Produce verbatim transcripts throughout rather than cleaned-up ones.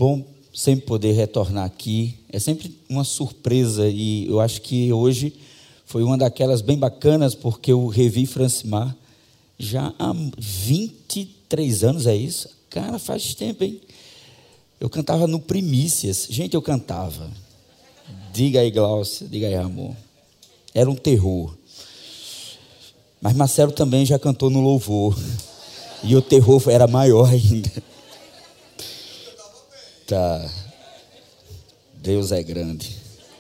bom sempre poder retornar aqui. É sempre uma surpresa e eu acho que hoje foi uma daquelas bem bacanas, porque eu revi Francimar já há vinte e três anos, é isso? Cara, faz tempo, hein? Eu cantava no Primícias. Gente, eu cantava. Diga aí, Glaucia, diga aí, amor. Era um terror. Mas Marcelo também já cantou no Louvor. E o terror era maior ainda. Tá. Deus é grande.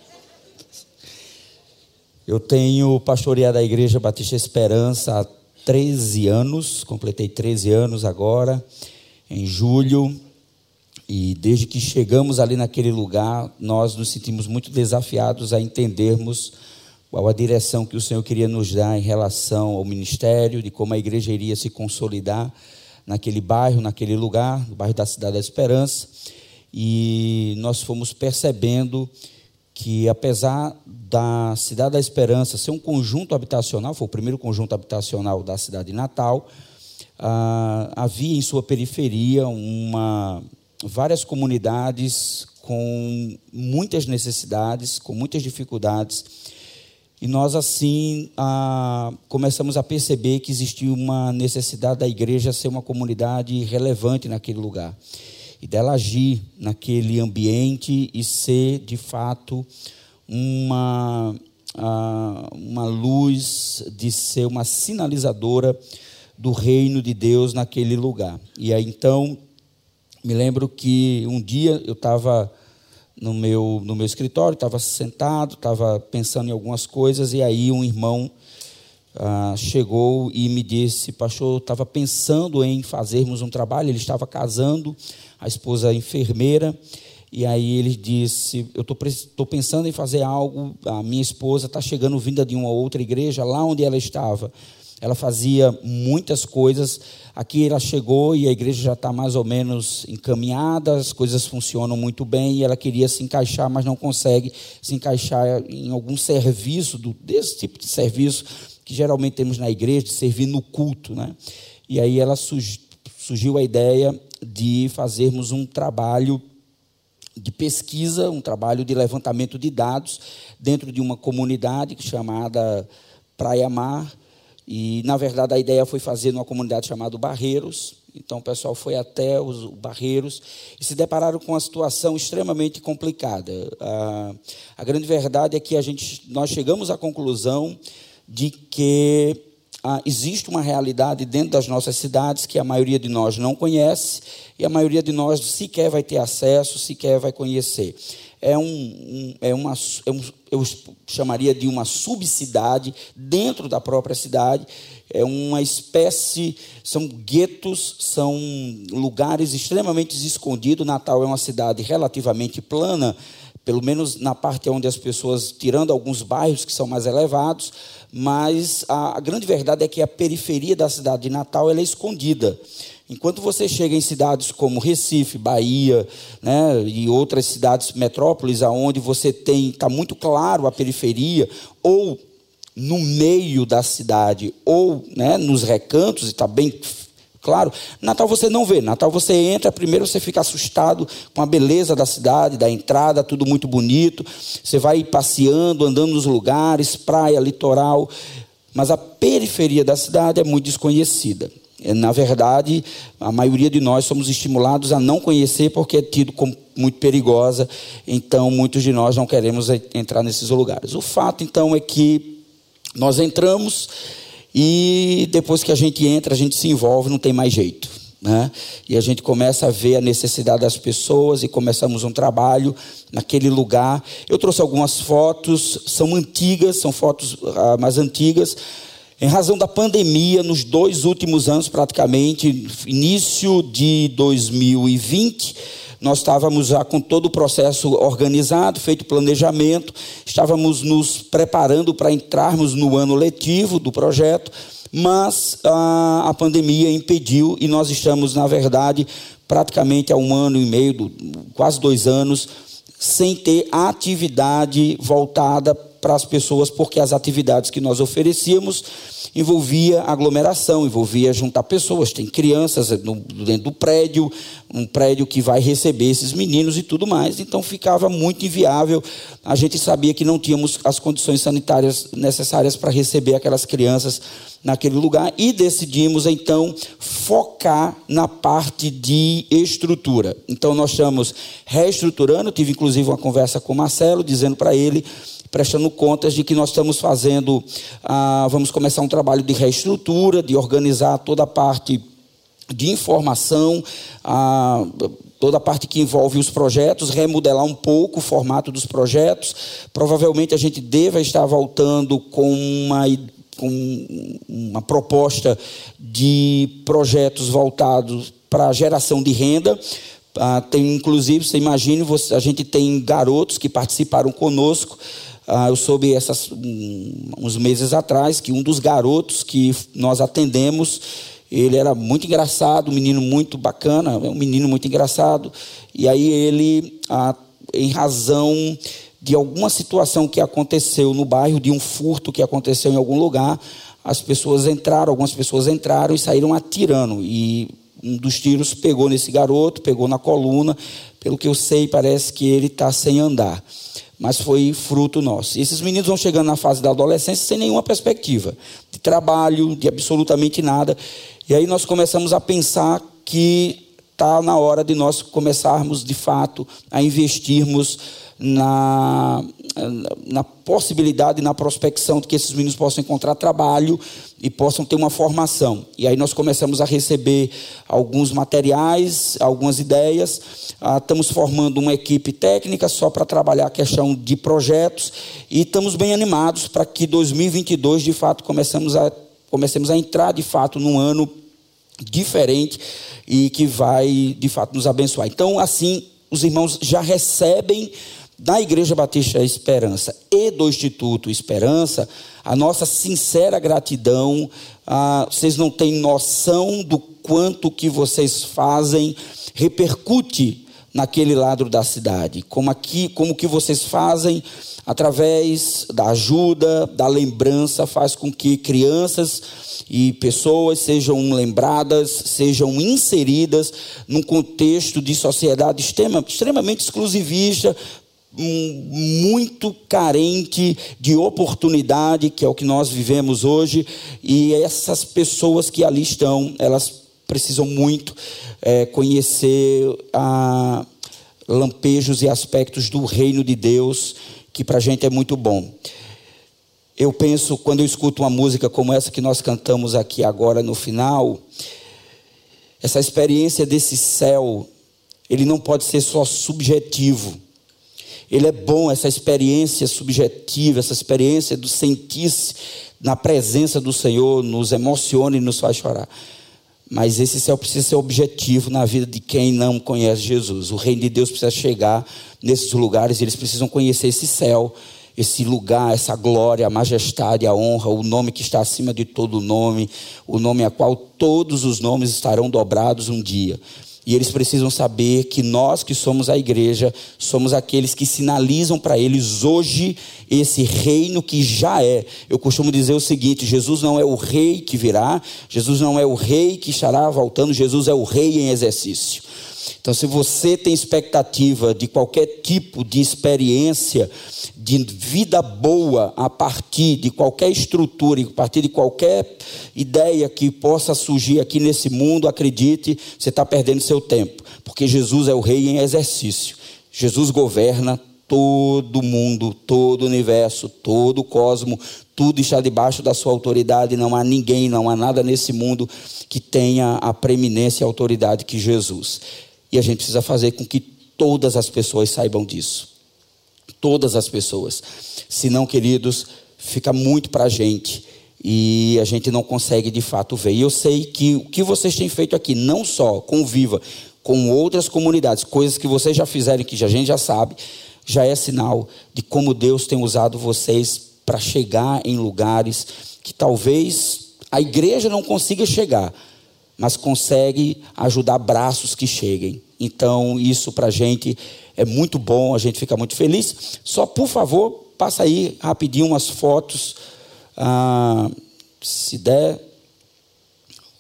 Eu tenho pastoreado a Igreja Batista Esperança há treze anos. Completei treze anos agora, em julho. E desde que chegamos ali naquele lugar, nós nos sentimos muito desafiados a entendermos qual a direção que o Senhor queria nos dar em relação ao ministério, de como a igreja iria se consolidar naquele bairro, naquele lugar, no bairro da Cidade da Esperança. E nós fomos percebendo que, apesar da Cidade da Esperança ser um conjunto habitacional, foi o primeiro conjunto habitacional da cidade de Natal, ah, havia em sua periferia uma... várias comunidades com muitas necessidades, com muitas dificuldades, e nós assim ah, começamos a perceber que existia uma necessidade da igreja ser uma comunidade relevante naquele lugar, e dela agir naquele ambiente e ser de fato uma, ah, uma luz, de ser uma sinalizadora do reino de Deus naquele lugar. E aí então me lembro que um dia eu estava no meu, no meu escritório, estava sentado, estava pensando em algumas coisas, e aí um irmão ah, chegou e me disse: pastor, eu estava pensando em fazermos um trabalho. Ele estava casando, a esposa é enfermeira, e aí ele disse: eu estou pensando em fazer algo, a minha esposa está chegando vinda de uma outra igreja, lá onde ela estava. Ela fazia muitas coisas. Aqui ela chegou e a igreja já está mais ou menos encaminhada, as coisas funcionam muito bem, e ela queria se encaixar, mas não consegue se encaixar em algum serviço, do, desse tipo de serviço que geralmente temos na igreja, de servir no culto, né? E aí ela surgiu a ideia de fazermos um trabalho de pesquisa, um trabalho de levantamento de dados dentro de uma comunidade chamada Praia Mar. E, na verdade, a ideia foi fazer numa comunidade chamada Barreiros. Então, o pessoal foi até os Barreiros e se depararam com uma situação extremamente complicada. A, a grande verdade é que a gente, nós chegamos à conclusão de que ah, existe uma realidade dentro das nossas cidades que a maioria de nós não conhece e a maioria de nós sequer vai ter acesso, sequer vai conhecer. É, um, um, é uma, é um, eu chamaria de uma subcidade dentro da própria cidade. É uma espécie, são guetos, são lugares extremamente escondidos. Natal é uma cidade relativamente plana, pelo menos na parte onde as pessoas, tirando alguns bairros que são mais elevados, mas a, a grande verdade é que a periferia da cidade de Natal ela é escondida. Enquanto você chega em cidades como Recife, Bahia, né, e outras cidades metrópoles, onde você tem, está muito claro a periferia, ou no meio da cidade, ou né, nos recantos, e está bem claro, Natal você não vê. Natal você entra, primeiro você fica assustado com a beleza da cidade, da entrada, tudo muito bonito, você vai passeando, andando nos lugares, praia, litoral, mas a periferia da cidade é muito desconhecida. Na verdade, a maioria de nós somos estimulados a não conhecer porque é tido como muito perigosa, então muitos de nós não queremos entrar nesses lugares. O fato, então, é que nós entramos e depois que a gente entra, a gente se envolve, não tem mais jeito, né? E a gente começa a ver a necessidade das pessoas e começamos um trabalho naquele lugar. Eu trouxe algumas fotos, são antigas, são fotos ah, mais antigas. Em razão da pandemia, nos dois últimos anos, praticamente, início de dois mil e vinte, nós estávamos já com todo o processo organizado, feito planejamento, estávamos nos preparando para entrarmos no ano letivo do projeto, mas a, a pandemia impediu e nós estamos, na verdade, praticamente há um ano e meio, do, quase dois anos, sem ter atividade voltada para as pessoas, porque as atividades que nós oferecíamos envolvia aglomeração, envolvia juntar pessoas, tem crianças no, dentro do prédio, um prédio que vai receber esses meninos e tudo mais. Então ficava muito inviável. A gente sabia que não tínhamos as condições sanitárias necessárias para receber aquelas crianças naquele lugar e decidimos então focar na parte de estrutura. Então nós estamos reestruturando. Eu tive inclusive uma conversa com o Marcelo, dizendo para ele, prestando contas de que nós estamos fazendo, ah, vamos começar um trabalho de reestrutura, de organizar toda a parte de informação, ah, toda a parte que envolve os projetos, remodelar um pouco o formato dos projetos. Provavelmente a gente deva estar voltando com uma com uma proposta de projetos voltados para a geração de renda. Ah, tem, inclusive, você imagine, você, a gente tem garotos que participaram conosco. Ah, eu soube essas, um, uns meses atrás que um dos garotos que nós atendemos, ele era muito engraçado, um menino muito bacana, um menino muito engraçado. E aí ele, ah, em razão de alguma situação que aconteceu no bairro, de um furto que aconteceu em algum lugar, as pessoas entraram, algumas pessoas entraram e saíram atirando. E um dos tiros pegou nesse garoto, pegou na coluna. Pelo que eu sei, parece que ele está sem andar. Mas foi fruto nosso. E esses meninos vão chegando na fase da adolescência sem nenhuma perspectiva de trabalho, de absolutamente nada. E aí nós começamos a pensar que está na hora de nós começarmos, de fato, a investirmos na, na possibilidade, na prospecção de que esses meninos possam encontrar trabalho e possam ter uma formação. E aí nós começamos a receber alguns materiais, algumas ideias. Ah, estamos formando uma equipe técnica só para trabalhar a questão de projetos e estamos bem animados para que dois mil e vinte e dois, de fato, comecemos a, comecemos a entrar, de fato, num ano diferente e que vai, de fato, nos abençoar. Então, assim, os irmãos já recebem da Igreja Batista Esperança e do Instituto Esperança a nossa sincera gratidão. Ah, vocês não têm noção do quanto que vocês fazem repercute naquele lado da cidade, como aqui, como que vocês fazem através da ajuda, da lembrança, faz com que crianças e pessoas sejam lembradas, sejam inseridas num contexto de sociedade extrema, extremamente exclusivista, muito carente de oportunidade, que é o que nós vivemos hoje. E essas pessoas que ali estão, elas precisam muito é, conhecer a lampejos e aspectos do reino de Deus, que para a gente é muito bom. Eu penso, quando eu escuto uma música como essa que nós cantamos aqui agora no final, essa experiência desse céu, ele não pode ser só subjetivo. Ele é bom, essa experiência subjetiva, essa experiência do sentir-se na presença do Senhor, nos emociona e nos faz chorar. Mas esse céu precisa ser objetivo na vida de quem não conhece Jesus. O reino de Deus precisa chegar nesses lugares e eles precisam conhecer esse céu, esse lugar, essa glória, a majestade, a honra, o nome que está acima de todo nome, o nome a qual todos os nomes estarão dobrados um dia. E eles precisam saber que nós que somos a igreja, somos aqueles que sinalizam para eles hoje esse reino que já é. Eu costumo dizer o seguinte: Jesus não é o rei que virá, Jesus não é o rei que estará voltando, Jesus é o rei em exercício. Então, se você tem expectativa de qualquer tipo de experiência, de vida boa, a partir de qualquer estrutura, a partir de qualquer ideia que possa surgir aqui nesse mundo, acredite, você está perdendo seu tempo. Porque Jesus é o rei em exercício. Jesus governa todo mundo, todo o universo, todo o cosmo, tudo está debaixo da sua autoridade. Não há ninguém, não há nada nesse mundo que tenha a preeminência e a autoridade que Jesus. E a gente precisa fazer com que todas as pessoas saibam disso. Todas as pessoas. Senão, queridos, fica muito para a gente. E a gente não consegue de fato ver. E eu sei que o que vocês têm feito aqui, não só com Viva, com outras comunidades, coisas que vocês já fizeram, que a gente já sabe, já é sinal de como Deus tem usado vocês para chegar em lugares que talvez a igreja não consiga chegar, mas consegue ajudar braços que cheguem. Então, isso para a gente é muito bom, a gente fica muito feliz. Só, por favor, passa aí rapidinho umas fotos, ah, se der.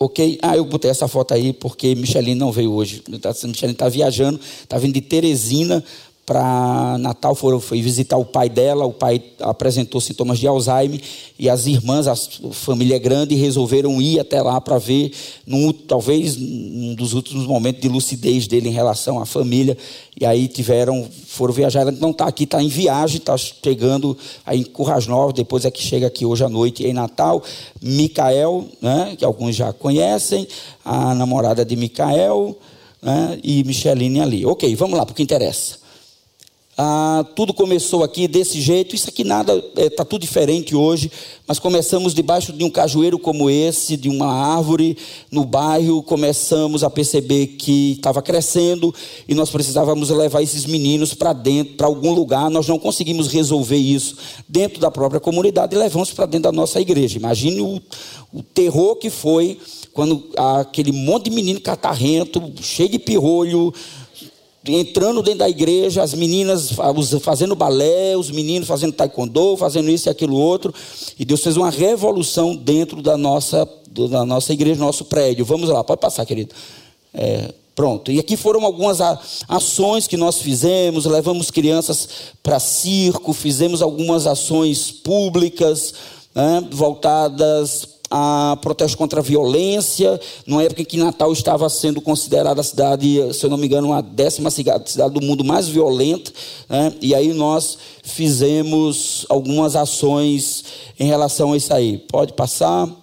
Ok? Ah, eu botei essa foto aí porque Micheline não veio hoje. Micheline está viajando, está vindo de Teresina para Natal, foram, foi visitar o pai dela. O pai apresentou sintomas de Alzheimer e as irmãs, a família é grande, resolveram ir até lá para ver, num, talvez um dos últimos momentos de lucidez dele em relação à família. E aí tiveram, foram viajar. Ela não está aqui, está em viagem, está chegando aí em Currais Novos, depois é que chega aqui hoje à noite em Natal. Micael, né, que alguns já conhecem, a namorada de Micael, né, e Micheline ali. Ok, vamos lá, porque interessa. Ah, tudo começou aqui desse jeito. Isso aqui nada, está é, tudo diferente hoje, mas começamos debaixo de um cajueiro como esse, de uma árvore no bairro. Começamos a perceber que estava crescendo e nós precisávamos levar esses meninos para dentro, para algum lugar. Nós não conseguimos resolver isso dentro da própria comunidade e levamos para dentro da nossa igreja. Imagine o, o terror que foi quando aquele monte de menino catarrento, cheio de pirrolho, entrando dentro da igreja, as meninas fazendo balé, os meninos fazendo taekwondo, fazendo isso e aquilo outro, e Deus fez uma revolução dentro da nossa, da nossa igreja, nosso prédio. Vamos lá, pode passar, querido. É, pronto, e aqui foram algumas ações que nós fizemos. Levamos crianças para circo, fizemos algumas ações públicas, né, voltadas a protesto contra a violência, numa época em que Natal estava sendo considerada a cidade, se eu não me engano, a décima cidade do mundo mais violenta, né? E aí nós fizemos algumas ações em relação a isso aí. Pode passar.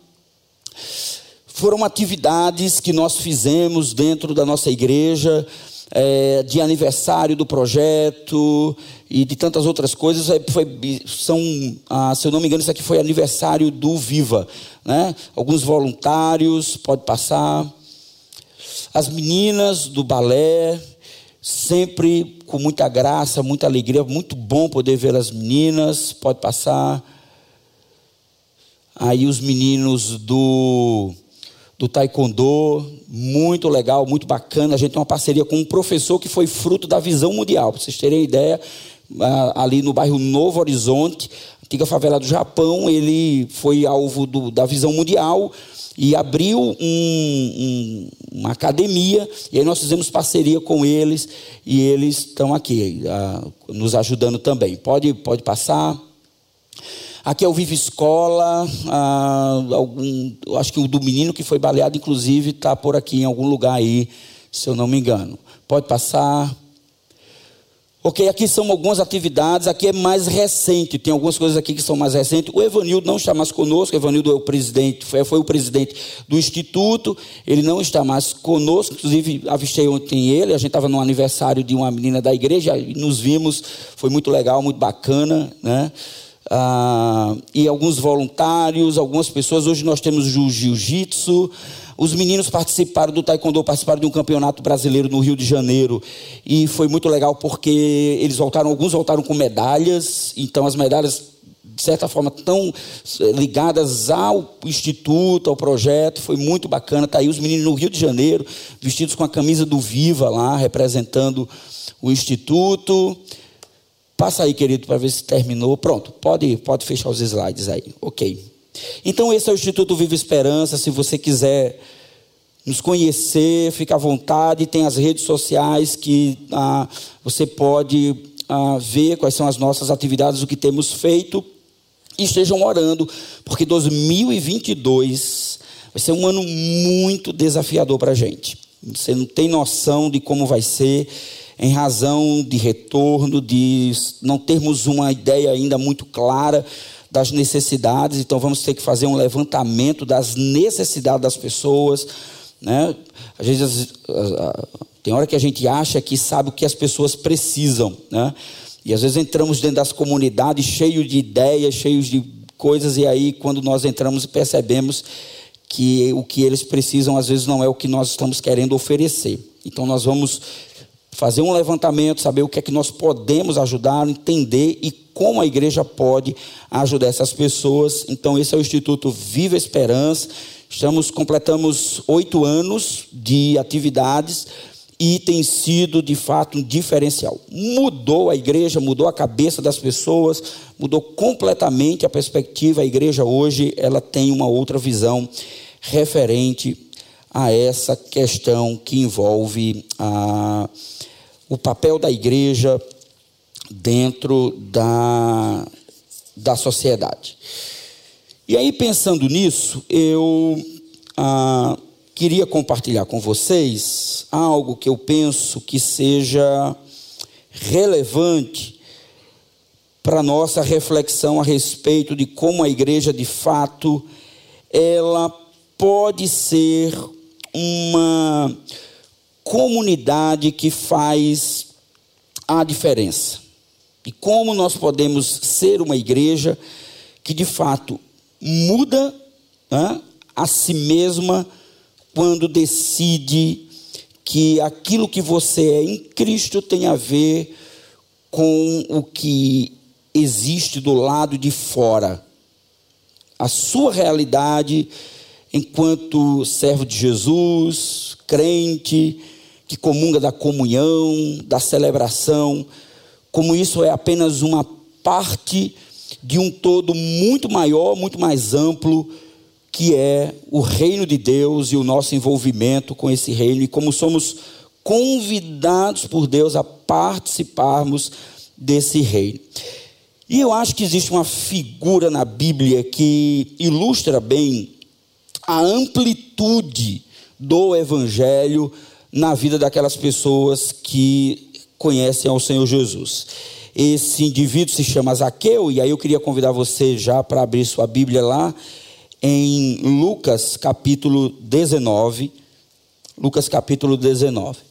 Foram atividades que nós fizemos dentro da nossa igreja, é, de aniversário do projeto e de tantas outras coisas. Foi, são, ah, se eu não me engano, isso aqui foi aniversário do Viva, né? Alguns voluntários, pode passar. As meninas do balé, sempre com muita graça, muita alegria, muito bom poder ver as meninas, pode passar. Aí os meninos do... do taekwondo, muito legal, muito bacana. A gente tem uma parceria com um professor que foi fruto da Visão Mundial. Para vocês terem ideia, ali no bairro Novo Horizonte, antiga favela do Japão, ele foi alvo do, da Visão Mundial e abriu um, um, uma academia, e aí nós fizemos parceria com eles, e eles estão aqui, uh, nos ajudando também. Pode, pode passar. Aqui é o Viva Escola, ah, algum, acho que o do menino que foi baleado, inclusive, está por aqui em algum lugar aí, se eu não me engano. Pode passar. Ok, aqui são algumas atividades. Aqui é mais recente, tem algumas coisas aqui que são mais recentes. O Evanildo não está mais conosco. O Evanildo é o presidente, foi, foi o presidente do Instituto, ele não está mais conosco. Inclusive, avistei ontem ele, a gente estava no aniversário de uma menina da igreja, e nos vimos, foi muito legal, muito bacana, né? Ah, e alguns voluntários, algumas pessoas. Hoje nós temos o jiu-jitsu. Os meninos participaram do taekwondo, participaram de um campeonato brasileiro no Rio de Janeiro, e foi muito legal porque eles voltaram, alguns voltaram com medalhas. Então as medalhas, de certa forma, estão ligadas ao instituto, ao projeto. Foi muito bacana. Está aí os meninos no Rio de Janeiro, vestidos com a camisa do Viva lá, representando o instituto. Passa aí, querido, para ver se terminou. Pronto, pode, pode fechar os slides aí. Ok. Então, esse é o Instituto Viva Esperança. Se você quiser nos conhecer, fica à vontade. Tem as redes sociais que ah, você pode ah, ver quais são as nossas atividades, o que temos feito. E estejam orando, porque dois mil e vinte e dois vai ser um ano muito desafiador para a gente. Você não tem noção de como vai ser, em razão de retorno, de não termos uma ideia ainda muito clara das necessidades. Então vamos ter que fazer um levantamento das necessidades das pessoas, né? Às vezes tem hora que a gente acha que sabe o que as pessoas precisam, né? E às vezes entramos dentro das comunidades cheios de ideias, cheios de coisas, e aí quando nós entramos percebemos que o que eles precisam às vezes não é o que nós estamos querendo oferecer. Então nós vamos fazer um levantamento, saber o que é que nós podemos ajudar, entender e como a igreja pode ajudar essas pessoas. Então esse é o Instituto Viva Esperança. Estamos, completamos oito anos de atividades e tem sido de fato um diferencial. Mudou a igreja, mudou a cabeça das pessoas, mudou completamente a perspectiva. A igreja hoje ela tem uma outra visão referente a essa questão que envolve a, o papel da igreja dentro da, da sociedade. E aí, pensando nisso, eu ah, queria compartilhar com vocês algo que eu penso que seja relevante para a nossa reflexão a respeito de como a igreja, de fato, ela pode ser uma comunidade que faz a diferença. E como nós podemos ser uma igreja que, de fato, muda, né, a si mesma quando decide que aquilo que você é em Cristo tem a ver com o que existe do lado de fora. A sua realidade enquanto servo de Jesus, crente, que comunga da comunhão, da celebração, como isso é apenas uma parte de um todo muito maior, muito mais amplo, que é o reino de Deus e o nosso envolvimento com esse reino, e como somos convidados por Deus a participarmos desse reino. E eu acho que existe uma figura na Bíblia que ilustra bem a amplitude do evangelho na vida daquelas pessoas que conhecem ao Senhor Jesus. Esse indivíduo se chama Zaqueu, e aí eu queria convidar você já para abrir sua Bíblia lá em Lucas capítulo dezenove. Lucas capítulo dezenove.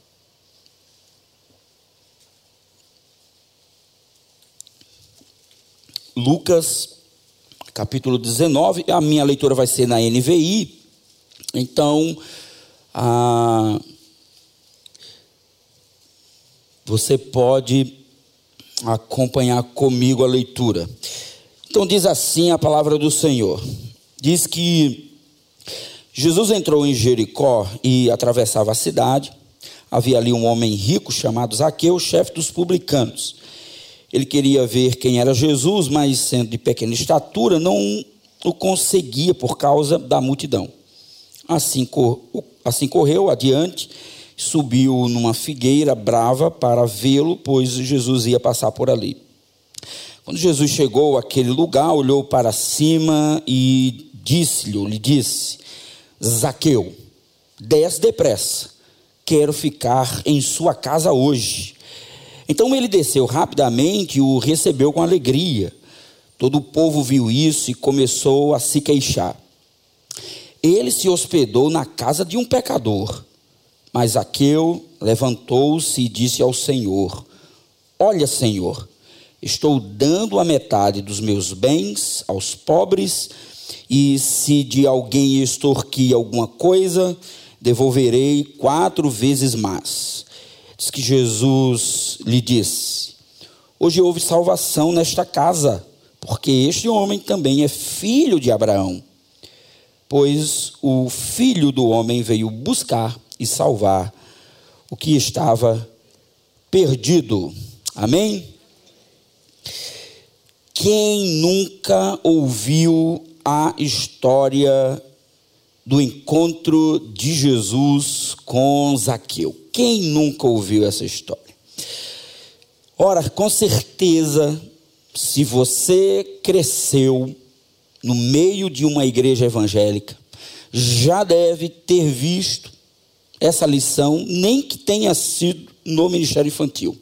Lucas, capítulo dezenove, a minha leitura vai ser na N V I, então, ah, você pode acompanhar comigo a leitura. Então, diz assim a palavra do Senhor, diz que Jesus entrou em Jericó e atravessava a cidade. Havia ali um homem rico chamado Zaqueu, chefe dos publicanos. Ele queria ver quem era Jesus, mas sendo de pequena estatura, não o conseguia por causa da multidão. Assim, cor, assim correu adiante, subiu numa figueira brava para vê-lo, pois Jesus ia passar por ali. Quando Jesus chegou àquele lugar, olhou para cima e disse-lhe, lhe disse: Zaqueu, desce depressa, quero ficar em sua casa hoje. Então ele desceu rapidamente e o recebeu com alegria. Todo o povo viu isso e começou a se queixar. Ele se hospedou na casa de um pecador. Mas Zaqueu levantou-se e disse ao Senhor: Olha, Senhor, estou dando a metade dos meus bens aos pobres, e se de alguém extorquir alguma coisa, devolverei quatro vezes mais. Diz que Jesus lhe disse: Hoje houve salvação nesta casa, porque este homem também é filho de Abraão. Pois o Filho do Homem veio buscar e salvar o que estava perdido. Amém? Quem nunca ouviu a história do encontro de Jesus com Zaqueu? Quem nunca ouviu essa história? Ora, com certeza, se você cresceu no meio de uma igreja evangélica, já deve ter visto essa lição, nem que tenha sido no ministério infantil.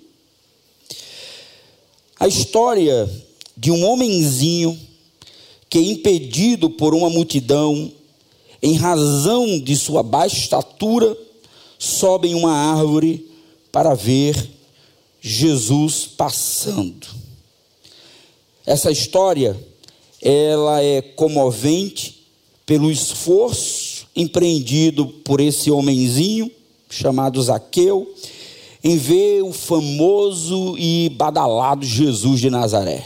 A história de um homenzinho que, impedido por uma multidão, em razão de sua baixa estatura, sobe em uma árvore para ver Jesus passando. Essa história, ela é comovente pelo esforço empreendido por esse homenzinho chamado Zaqueu em ver o famoso e badalado Jesus de Nazaré.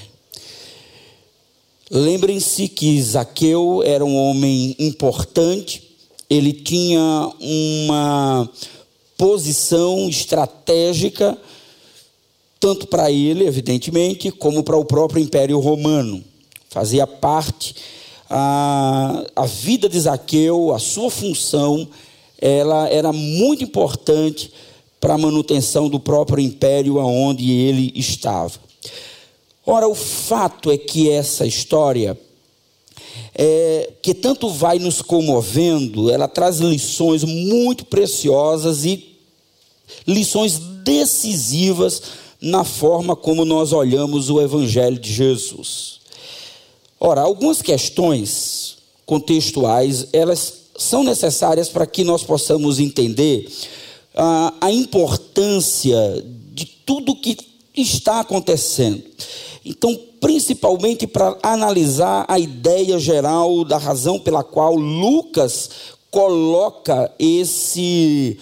Lembrem-se que Zaqueu era um homem importante, ele tinha uma posição estratégica, tanto para ele, evidentemente, como para o próprio Império Romano. Fazia parte a, a vida de Zaqueu, a sua função, ela era muito importante para a manutenção do próprio império aonde ele estava. Ora, o fato é que essa história, é, que tanto vai nos comovendo, ela traz lições muito preciosas e lições decisivas na forma como nós olhamos o Evangelho de Jesus. Ora, algumas questões contextuais, elas são necessárias para que nós possamos entender a, a importância de tudo que está acontecendo. Então, principalmente para analisar a ideia geral da razão pela qual Lucas coloca esse,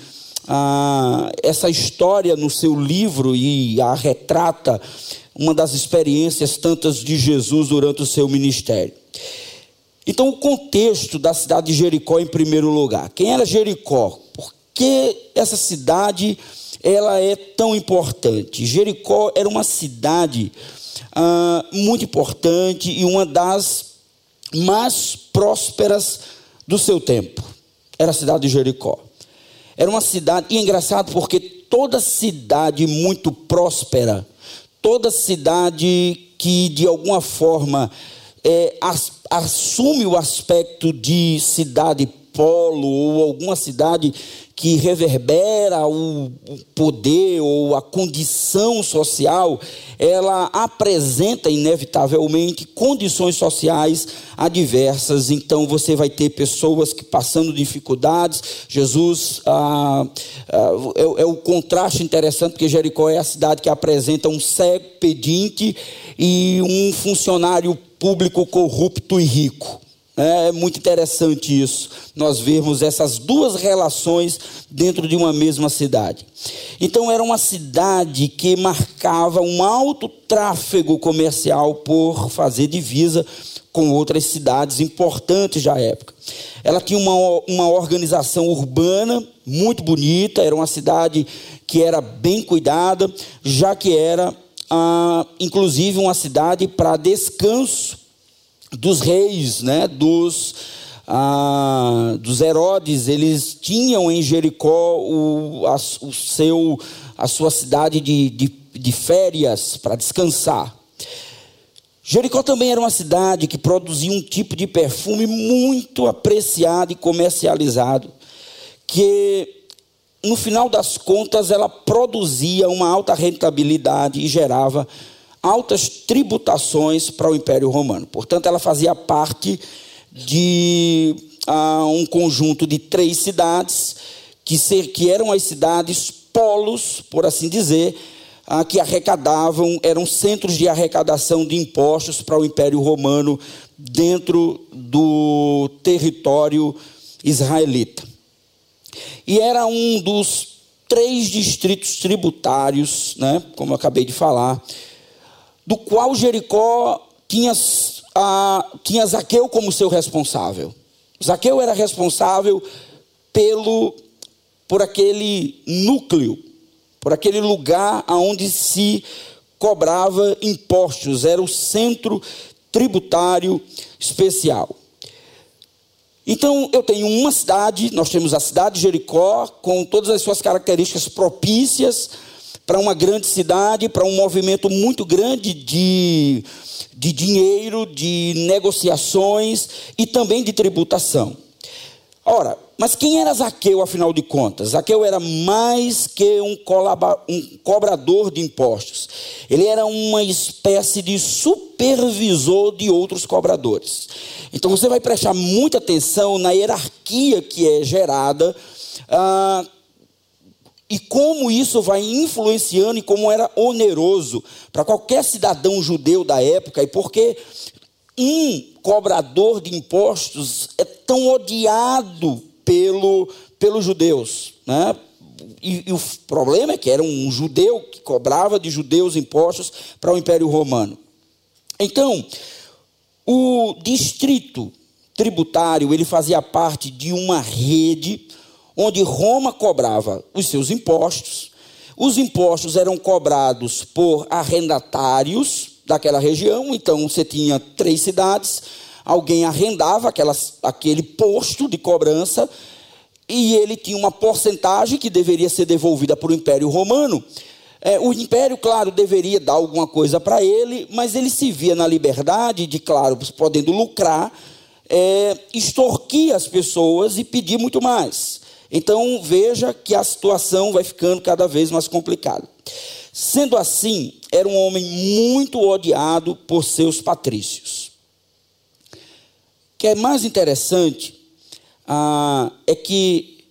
ah, essa história no seu livro e a retrata uma das experiências tantas de Jesus durante o seu ministério. Então, o contexto da cidade de Jericó em primeiro lugar. Quem era Jericó? Por que essa cidade ela é tão importante? Jericó era uma cidade ah, muito importante e uma das mais prósperas do seu tempo. Era a cidade de Jericó. Era uma cidade, e é engraçado porque toda cidade muito próspera, toda cidade que de alguma forma é, as, assume o aspecto de cidade polo ou alguma cidade que reverbera o poder ou a condição social, ela apresenta inevitavelmente condições sociais adversas. Então você vai ter pessoas que passando dificuldades. Jesus ah, ah, é, é o contraste interessante, porque Jericó é a cidade que apresenta um cego pedinte e um funcionário público corrupto e rico. É muito interessante isso, nós vermos essas duas relações dentro de uma mesma cidade. Então era uma cidade que marcava um alto tráfego comercial por fazer divisa com outras cidades importantes da época. Ela tinha uma, uma organização urbana muito bonita, era uma cidade que era bem cuidada, já que era ah, inclusive uma cidade para descanso dos reis, né, dos, ah, dos Herodes. Eles tinham em Jericó o, a, o seu, a sua cidade de, de, de férias para descansar. Jericó também era uma cidade que produzia um tipo de perfume muito apreciado e comercializado, que no final das contas ela produzia uma alta rentabilidade e gerava altas tributações para o Império Romano. Portanto, ela fazia parte de ah, um conjunto de três cidades, que, ser, que eram as cidades polos, por assim dizer, ah, que arrecadavam, eram centros de arrecadação de impostos para o Império Romano dentro do território israelita. E era um dos três distritos tributários, né, como eu acabei de falar, do qual Jericó tinha, a, tinha Zaqueu como seu responsável. Zaqueu era responsável pelo, por aquele núcleo, por aquele lugar onde se cobrava impostos, era o centro tributário especial. Então, eu tenho uma cidade, nós temos a cidade de Jericó, com todas as suas características propícias para uma grande cidade, para um movimento muito grande de, de dinheiro, de negociações e também de tributação. Ora, mas quem era Zaqueu, afinal de contas? Zaqueu era mais que um, colaba, um cobrador de impostos. Ele era uma espécie de supervisor de outros cobradores. Então você vai prestar muita atenção na hierarquia que é gerada, ah, e como isso vai influenciando e como era oneroso para qualquer cidadão judeu da época, e porque um cobrador de impostos é tão odiado pelo, pelos judeus, né? E, e o problema é que era um judeu que cobrava de judeus impostos para o Império Romano. Então, o distrito tributário, ele fazia parte de uma rede onde Roma cobrava os seus impostos. Os impostos eram cobrados por arrendatários daquela região. Então você tinha três cidades, alguém arrendava aquelas, aquele posto de cobrança e ele tinha uma porcentagem que deveria ser devolvida para o Império Romano. É, o Império, claro, deveria dar alguma coisa para ele, mas ele se via na liberdade de, claro, podendo lucrar, é, extorquir as pessoas e pedir muito mais. Então, veja que a situação vai ficando cada vez mais complicada. Sendo assim, era um homem muito odiado por seus patrícios. O que é mais interessante ah, é que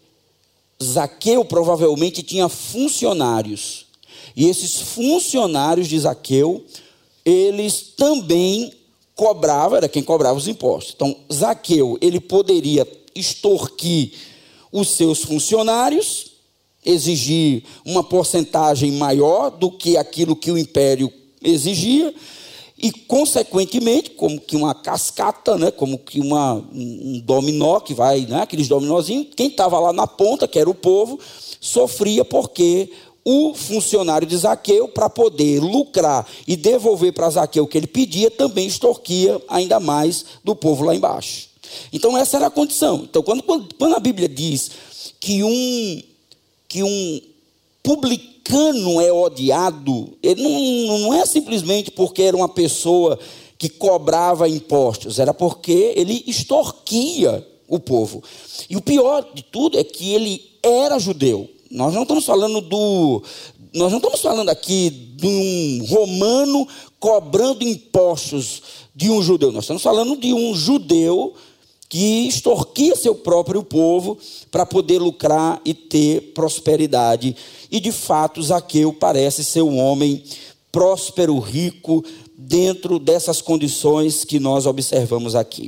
Zaqueu provavelmente tinha funcionários. E esses funcionários de Zaqueu, eles também cobravam, era quem cobrava os impostos. Então, Zaqueu, ele poderia extorquir os seus funcionários, exigir uma porcentagem maior do que aquilo que o império exigia, e, consequentemente, como que uma cascata, né, como que uma, um dominó que vai, né, aqueles dominózinhos, quem estava lá na ponta, que era o povo, sofria porque o funcionário de Zaqueu, para poder lucrar e devolver para Zaqueu o que ele pedia, também extorquia ainda mais do povo lá embaixo. Então, essa era a condição. Então, quando, quando a Bíblia diz que um, que um publicano é odiado, ele não, não é simplesmente porque era uma pessoa que cobrava impostos, era porque ele extorquia o povo. E o pior de tudo é que ele era judeu. Nós não estamos falando do, nós não estamos falando aqui de um romano cobrando impostos de um judeu. Nós estamos falando de um judeu que extorquia seu próprio povo para poder lucrar e ter prosperidade. E, de fato, Zaqueu parece ser um homem próspero, rico, dentro dessas condições que nós observamos aqui.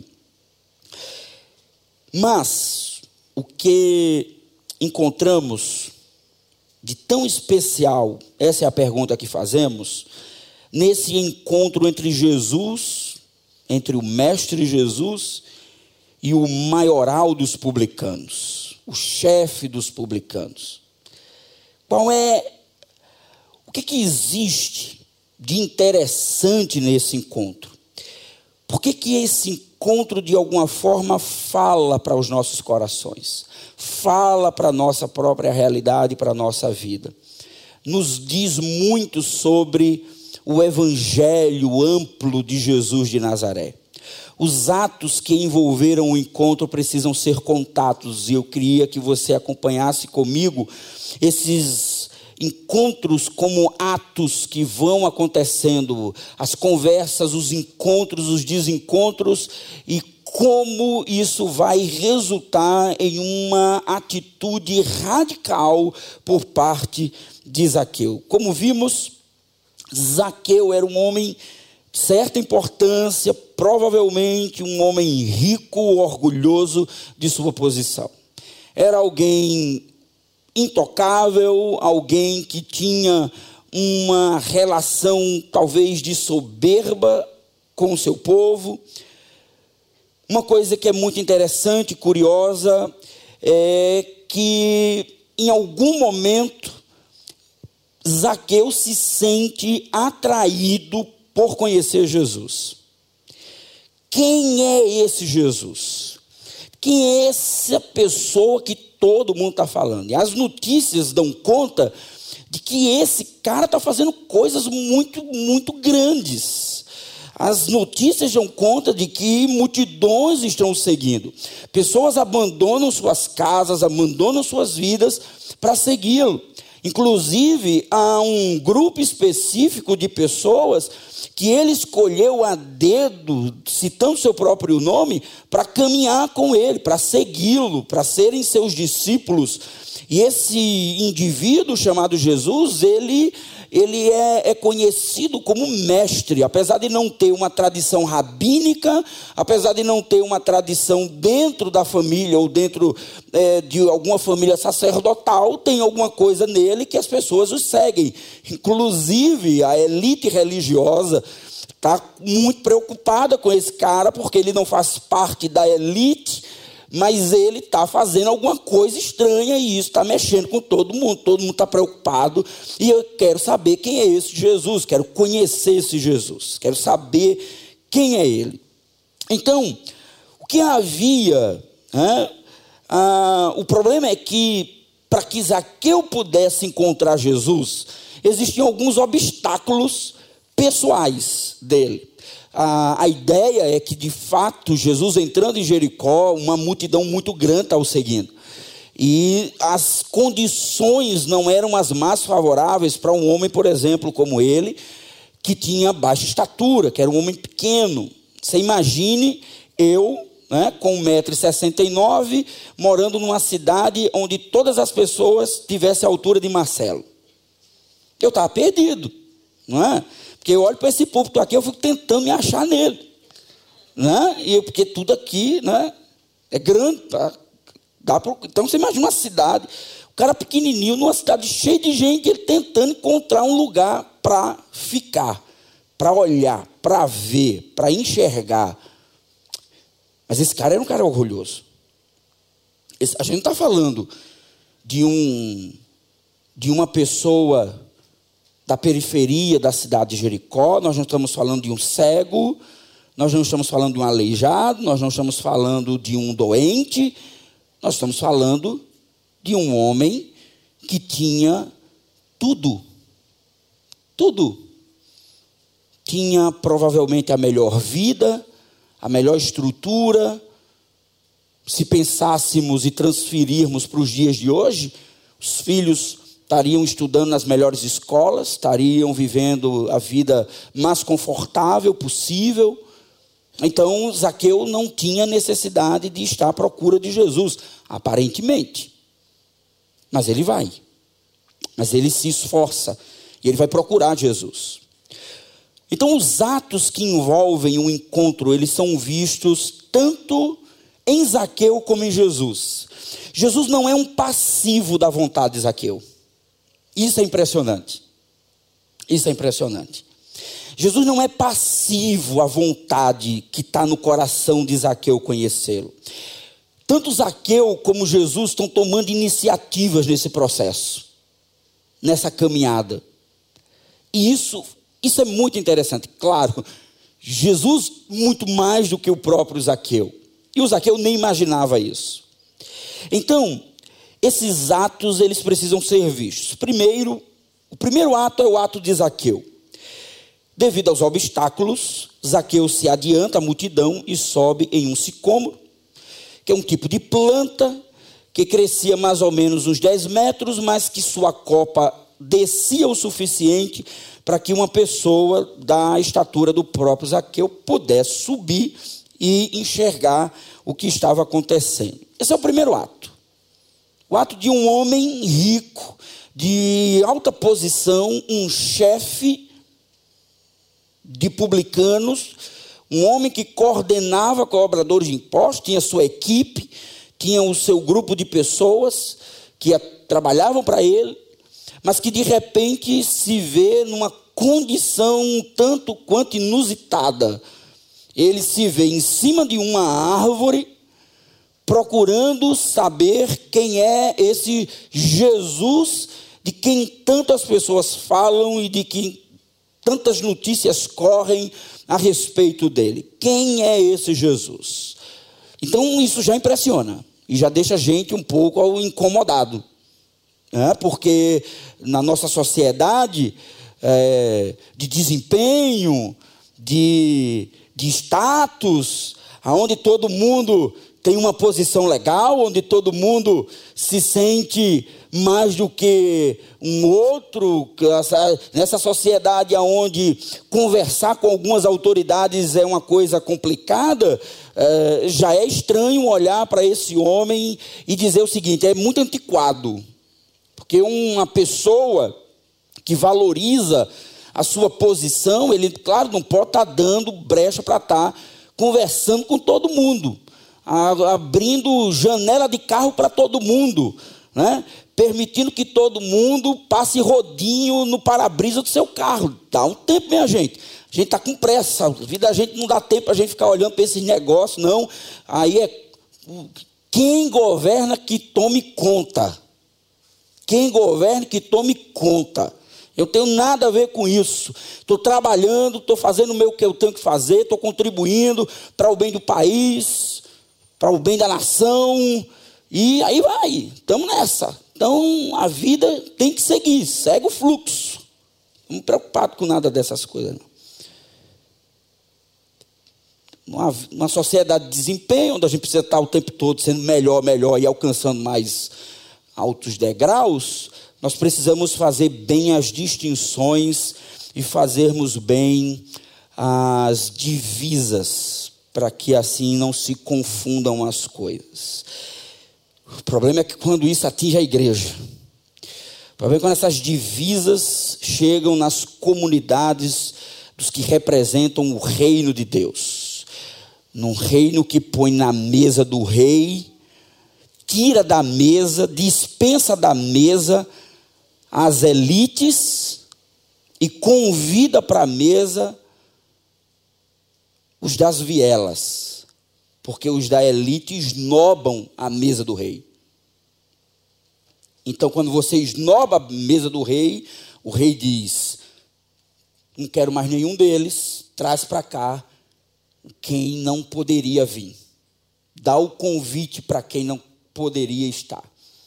Mas, o que encontramos de tão especial, essa é a pergunta que fazemos, nesse encontro entre Jesus, entre o Mestre Jesus e o maioral dos publicanos, o chefe dos publicanos. Qual é, o que, que existe de interessante nesse encontro? Por que, que esse encontro, de alguma forma, fala para os nossos corações? Fala para a nossa própria realidade, para a nossa vida. Nos diz muito sobre o evangelho amplo de Jesus de Nazaré. Os atos que envolveram o encontro precisam ser contados, e eu queria que você acompanhasse comigo esses encontros como atos que vão acontecendo, as conversas, os encontros, os desencontros, e como isso vai resultar em uma atitude radical por parte de Zaqueu. Como vimos, Zaqueu era um homem de certa importância, provavelmente um homem rico, orgulhoso de sua posição. Era alguém intocável, alguém que tinha uma relação talvez de soberba com o seu povo. Uma coisa que é muito interessante, curiosa, é que em algum momento Zaqueu se sente atraído por conhecer Jesus. Quem é esse Jesus? Quem é essa pessoa que todo mundo está falando? E as notícias dão conta de que esse cara está fazendo coisas muito, muito grandes. As notícias dão conta de que multidões estão seguindo. Pessoas abandonam suas casas, abandonam suas vidas para segui-lo. Inclusive, há um grupo específico de pessoas que ele escolheu a dedo, citando seu próprio nome, para caminhar com ele, para segui-lo, para serem seus discípulos. E esse indivíduo chamado Jesus, ele, ele é, é conhecido como mestre, apesar de não ter uma tradição rabínica, apesar de não ter uma tradição dentro da família ou dentro é, de alguma família sacerdotal, tem alguma coisa nele que as pessoas o seguem. Inclusive, a elite religiosa está muito preocupada com esse cara, porque ele não faz parte da elite, mas ele está fazendo alguma coisa estranha e isso está mexendo com todo mundo. Todo mundo está preocupado e eu quero saber quem é esse Jesus, quero conhecer esse Jesus, quero saber quem é ele. Então, o que havia, né, ah, o problema é que, para que Zaqueu pudesse encontrar Jesus, existiam alguns obstáculos pessoais dele. A, a ideia é que, de fato, Jesus entrando em Jericó, uma multidão muito grande estava o seguindo. E as condições não eram as mais favoráveis para um homem, por exemplo, como ele, que tinha baixa estatura, que era um homem pequeno. Você imagine eu, né, com um metro e sessenta e nove, morando numa cidade onde todas as pessoas tivessem a altura de Marcelo. Eu estava perdido, não é? Porque eu olho para esse púlpito aqui, eu fico tentando me achar nele, né? E eu, porque tudo aqui, né, é grande, tá? Dá pra, então você imagina uma cidade, o cara pequenininho, numa cidade cheia de gente, ele tentando encontrar um lugar para ficar, para olhar, para ver, para enxergar. Mas esse cara era um cara orgulhoso. Esse, a gente não está falando de, um, de uma pessoa da periferia da cidade de Jericó, nós não estamos falando de um cego, nós não estamos falando de um aleijado, nós não estamos falando de um doente, nós estamos falando de um homem que tinha tudo. Tudo. Tinha provavelmente a melhor vida, a melhor estrutura. Se pensássemos e transferirmos para os dias de hoje, os filhos estariam estudando nas melhores escolas, estariam vivendo a vida mais confortável possível. Então, Zaqueu não tinha necessidade de estar à procura de Jesus, aparentemente. Mas ele vai. Mas ele se esforça. E ele vai procurar Jesus. Então, os atos que envolvem o encontro, eles são vistos tanto em Zaqueu como em Jesus. Jesus não é um passivo da vontade de Zaqueu. Isso é impressionante. Isso é impressionante. Jesus não é passivo à vontade que está no coração de Zaqueu conhecê-lo. Tanto Zaqueu como Jesus estão tomando iniciativas nesse processo, nessa caminhada. E isso, isso é muito interessante. Claro, Jesus muito mais do que o próprio Zaqueu. E o Zaqueu nem imaginava isso. Então, esses atos, eles precisam ser vistos. Primeiro, o primeiro ato é o ato de Zaqueu. Devido aos obstáculos, Zaqueu se adianta à multidão e sobe em um sicômoro, que é um tipo de planta que crescia mais ou menos uns dez metros, mas que sua copa descia o suficiente para que uma pessoa da estatura do próprio Zaqueu pudesse subir e enxergar o que estava acontecendo. Esse é o primeiro ato. O ato de um homem rico, de alta posição, um chefe de publicanos, um homem que coordenava cobradores de impostos, tinha sua equipe, tinha o seu grupo de pessoas que trabalhavam para ele, mas que de repente se vê numa condição um tanto quanto inusitada. Ele se vê em cima de uma árvore, procurando saber quem é esse Jesus de quem tantas pessoas falam e de que tantas notícias correm a respeito dele. Quem é esse Jesus? Então isso já impressiona e já deixa a gente um pouco incomodado, né? Porque na nossa sociedade é, de desempenho, de, de status, onde todo mundo tem uma posição legal, onde todo mundo se sente mais do que um outro, nessa sociedade onde conversar com algumas autoridades é uma coisa complicada, é, já é estranho olhar para esse homem e dizer o seguinte: é muito antiquado, porque uma pessoa que valoriza a sua posição, ele, claro, não pode estar dando brecha para estar conversando com todo mundo, abrindo janela de carro para todo mundo, né? Permitindo que todo mundo passe rodinho no para-brisa do seu carro. Dá um tempo, minha gente. A gente está com pressa. A vida da gente não dá tempo para a gente ficar olhando para esses negócios, não. Aí é quem governa que tome conta. Quem governa que tome conta. Eu tenho nada a ver com isso. Estou trabalhando, estou fazendo o meu que eu tenho que fazer, estou contribuindo para o bem do país, para o bem da nação, e aí vai, estamos nessa. Então, a vida tem que seguir, segue o fluxo. Não me preocupado com nada dessas coisas, não. Numa, numa sociedade de desempenho, onde a gente precisa estar o tempo todo sendo melhor, melhor e alcançando mais altos degraus, nós precisamos fazer bem as distinções e fazermos bem as divisas, para que assim não se confundam as coisas. O problema é que quando isso atinge a igreja, o problema é quando essas divisas chegam nas comunidades dos que representam o reino de Deus. Num reino que põe na mesa do rei, tira da mesa, dispensa da mesa as elites e convida para a mesa os das vielas, porque os da elite esnobam a mesa do rei. Então, quando você esnoba a mesa do rei, o rei diz: não quero mais nenhum deles, traz para cá quem não poderia vir. Dá o convite para quem não poderia estar.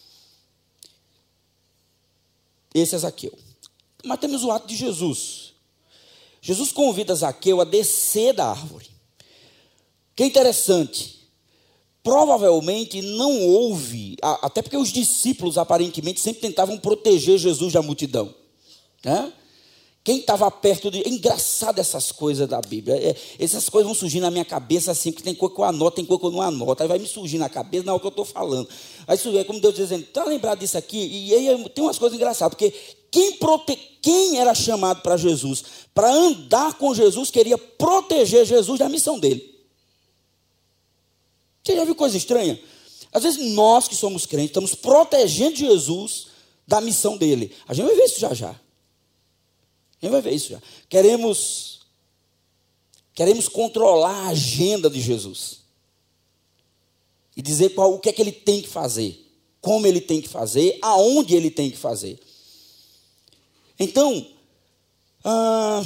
Esse é Zaqueu. Mas temos o ato de Jesus. Jesus convida Zaqueu a descer da árvore. Que é interessante. Provavelmente não houve, até porque os discípulos aparentemente sempre tentavam proteger Jesus da multidão, né? Quem estava perto de... É engraçado essas coisas da Bíblia. É, essas coisas vão surgir na minha cabeça assim, porque tem coisa que eu anoto, tem coisa que eu não anoto. Aí vai me surgir na cabeça na hora que eu estou falando. Aí isso é como Deus dizendo, está lembrado disso aqui? E aí tem umas coisas engraçadas, porque quem, prote... quem era chamado para Jesus, para andar com Jesus, queria proteger Jesus da missão dele. Você já viu coisa estranha? Às vezes nós que somos crentes, estamos protegendo Jesus da missão dele. A gente vai ver isso já já. A gente vai ver isso já. Queremos, queremos controlar a agenda de Jesus. E dizer qual, o que é que ele tem que fazer. Como ele tem que fazer. Aonde ele tem que fazer. Então, ah,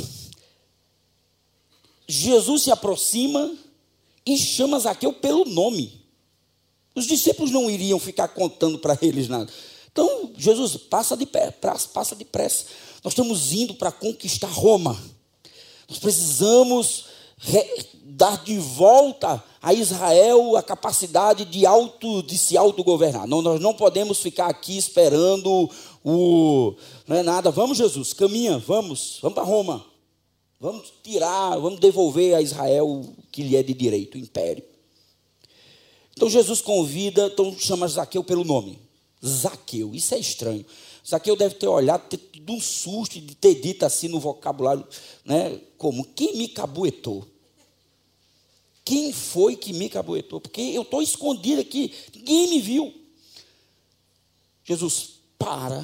Jesus se aproxima e chama Zaqueu pelo nome. Os discípulos não iriam ficar contando para eles nada. Então, Jesus, passa depressa, passa depressa. Nós estamos indo para conquistar Roma. Nós precisamos re, dar de volta a Israel a capacidade de, auto, de se autogovernar. Não, nós não podemos ficar aqui esperando o... Não é nada. Vamos, Jesus, caminha, vamos, vamos para Roma. Vamos tirar, vamos devolver a Israel o que lhe é de direito, o império. Então, Jesus convida, então chama Zaqueu pelo nome. Zaqueu, isso é estranho. Zaqueu deve ter olhado, ter tido um susto de ter dito assim no vocabulário, né, como, quem me cabuetou? Quem foi que me cabuetou? Porque eu estou escondido aqui, ninguém me viu. Jesus para.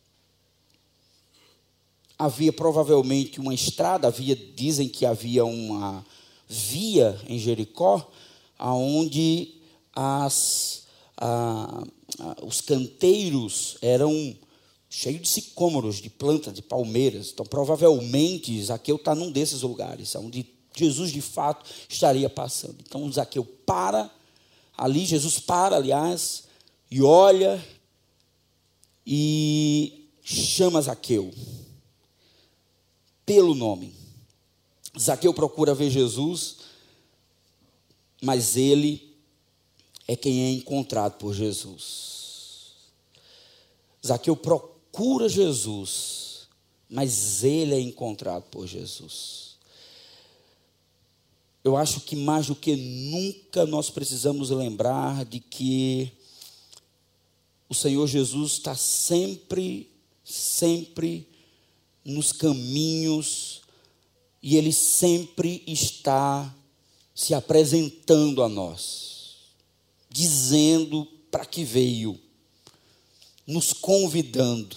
Havia provavelmente uma estrada, havia, dizem que havia uma via em Jericó, onde as, a, a, os canteiros eram cheios de sicômoros, de plantas, de palmeiras. Então, provavelmente, Zaqueu está num desses lugares, onde Jesus, de fato, estaria passando. Então, Zaqueu para, ali, Jesus para, aliás, e olha, e chama Zaqueu pelo nome. Zaqueu procura ver Jesus, mas ele é quem é encontrado por Jesus. Zaqueu procura Jesus, mas ele é encontrado por Jesus. Eu acho que mais do que nunca nós precisamos lembrar de que o Senhor Jesus está sempre, sempre nos caminhos, e Ele sempre está se apresentando a nós, dizendo para que veio, nos convidando.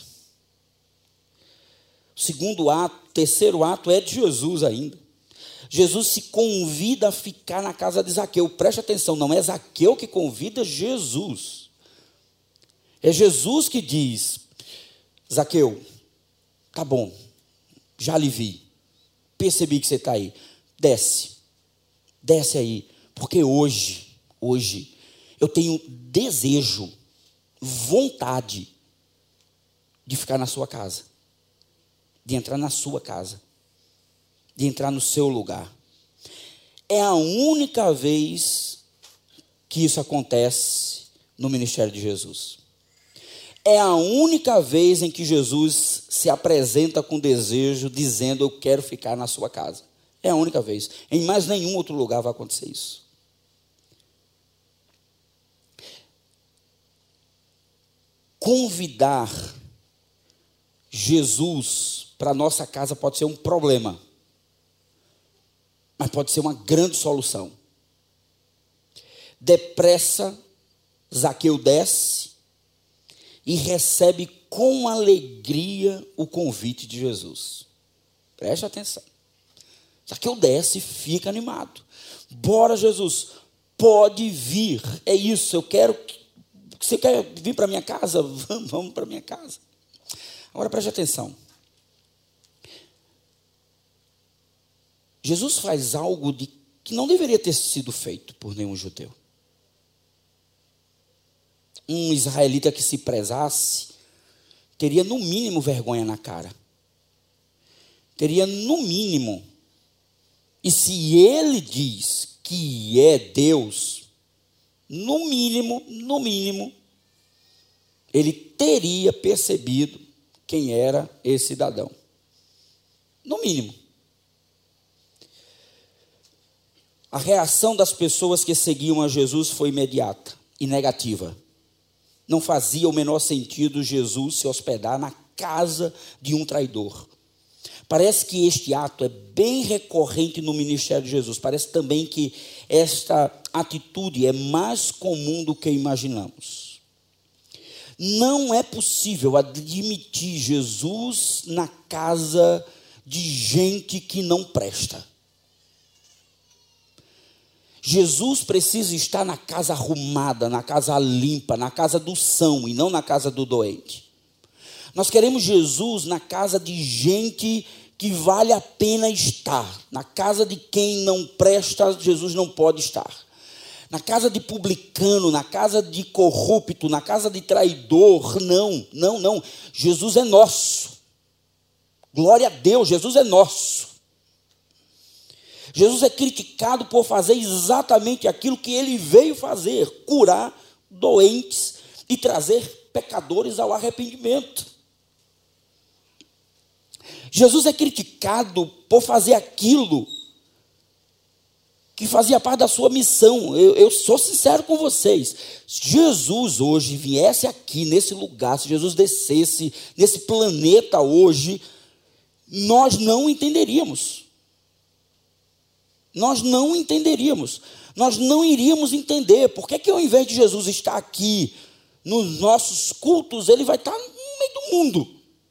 O segundo ato, o terceiro ato é de Jesus ainda. Jesus se convida a ficar na casa de Zaqueu. Preste atenção, não é Zaqueu que convida Jesus. É Jesus que diz, Zaqueu, Tá bom, já lhe vi, percebi que você está aí. Desce, desce aí, porque hoje, hoje, eu tenho desejo, vontade de ficar na sua casa, de entrar na sua casa, de entrar no seu lugar. É a única vez que isso acontece no ministério de Jesus. É a única vez em que Jesus se apresenta com desejo, dizendo: eu quero ficar na sua casa. É a única vez. Em mais nenhum outro lugar vai acontecer isso. Convidar Jesus para a nossa casa pode ser um problema, mas pode ser uma grande solução. Depressa, Zaqueu desce e recebe com alegria o convite de Jesus. Preste atenção. Zaqueu desce e fica animado. Bora, Jesus, pode vir. É isso, eu quero. Você quer vir para minha casa? Vamos, vamos para minha casa. Agora preste atenção. Jesus faz algo de, que não deveria ter sido feito por nenhum judeu. Um israelita que se prezasse teria no mínimo vergonha na cara. Teria no mínimo. E se ele diz que é Deus, no mínimo, no mínimo, ele teria percebido quem era esse cidadão. No mínimo. A reação das pessoas que seguiam a Jesus foi imediata e negativa. Não fazia o menor sentido Jesus se hospedar na casa de um traidor. Parece que este ato é bem recorrente no ministério de Jesus. Parece também que esta atitude é mais comum do que imaginamos. Não é possível admitir Jesus na casa de gente que não presta. Jesus precisa estar na casa arrumada, na casa limpa, na casa do são e não na casa do doente. Nós queremos Jesus na casa de gente que vale a pena estar. Na casa de quem não presta, Jesus não pode estar. Na casa de publicano, na casa de corrupto, na casa de traidor, não, não, não. Jesus é nosso. Glória a Deus, Jesus é nosso. Jesus é criticado por fazer exatamente aquilo que ele veio fazer: curar doentes e trazer pecadores ao arrependimento. Jesus é criticado por fazer aquilo que fazia parte da sua missão. Eu, eu sou sincero com vocês. Se Jesus hoje viesse aqui nesse lugar, se Jesus descesse nesse planeta hoje, nós não entenderíamos. Nós não entenderíamos. Nós não iríamos entender. Por que que ao invés de Jesus estar aqui nos nossos cultos, ele vai estar no meio do mundo?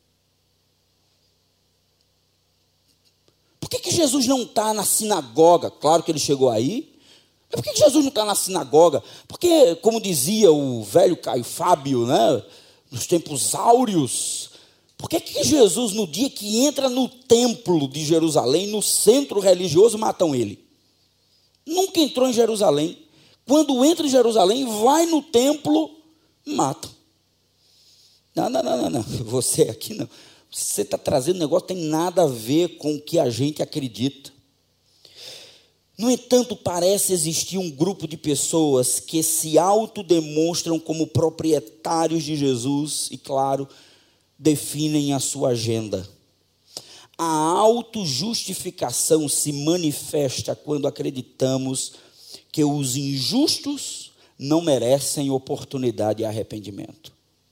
Por que que Jesus não está na sinagoga? Claro que ele chegou aí. Mas por que que Jesus não está na sinagoga? Porque, como dizia o velho Caio Fábio, né, nos tempos áureos, por que que Jesus, no dia que entra no templo de Jerusalém, no centro religioso, matam ele? Nunca entrou em Jerusalém. Quando entra em Jerusalém, vai no templo, matam. Não, não, não, não, não. Você aqui não. Você está trazendo um negócio que tem nada a ver com o que a gente acredita. No entanto, parece existir um grupo de pessoas que se autodemonstram como proprietários de Jesus e, claro, definem a sua agenda. A autojustificação se manifesta quando acreditamos que os injustos não merecem oportunidade de arrependimento.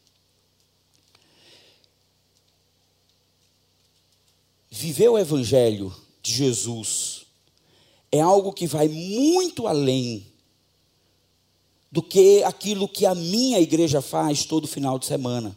Viver o evangelho de Jesus é algo que vai muito além do que aquilo que a minha igreja faz todo final de semana.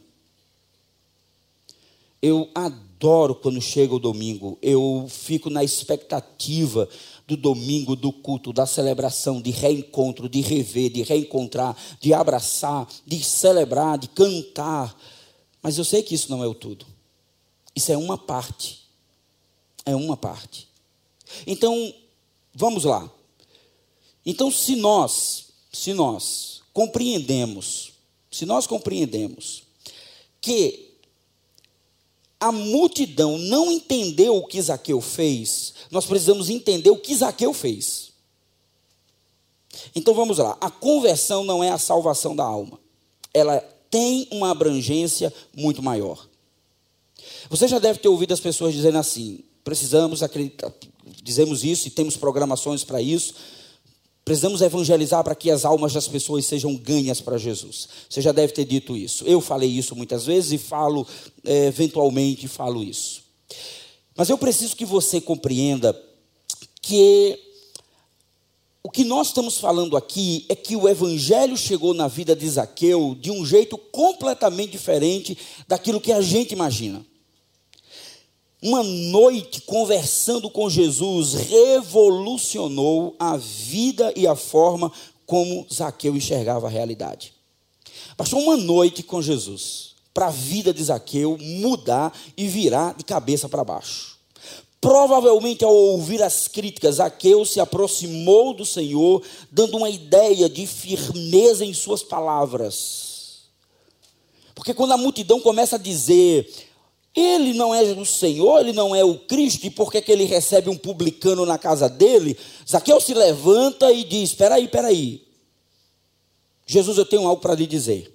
Eu adoro quando chega o domingo. Eu fico na expectativa do domingo, do culto, da celebração, de reencontro, de rever, de reencontrar, de abraçar, de celebrar, de cantar. Mas eu sei que isso não é o tudo. Isso é uma parte. É uma parte. Então, vamos lá. Então, se nós, se nós compreendemos, se nós compreendemos que a multidão não entendeu o que Zaqueu fez, nós precisamos entender o que Zaqueu fez. Então vamos lá, a conversão não é a salvação da alma, ela tem uma abrangência muito maior. Você já deve ter ouvido as pessoas dizendo assim, precisamos acreditar, dizemos isso e temos programações para isso, precisamos evangelizar para que as almas das pessoas sejam ganhas para Jesus. Você já deve ter dito isso. Eu falei isso muitas vezes e falo, é, eventualmente falo isso. Mas eu preciso que você compreenda que o que nós estamos falando aqui é que o evangelho chegou na vida de Zaqueu de um jeito completamente diferente daquilo que a gente imagina. Uma noite conversando com Jesus revolucionou a vida e a forma como Zaqueu enxergava a realidade. Bastou uma noite com Jesus para a vida de Zaqueu mudar e virar de cabeça para baixo. Provavelmente, ao ouvir as críticas, Zaqueu se aproximou do Senhor, dando uma ideia de firmeza em suas palavras. Porque quando a multidão começa a dizer: ele não é o Senhor, ele não é o Cristo, e por que que ele recebe um publicano na casa dele? Zaqueu se levanta e diz: espera aí, espera aí. Jesus, eu tenho algo para lhe dizer.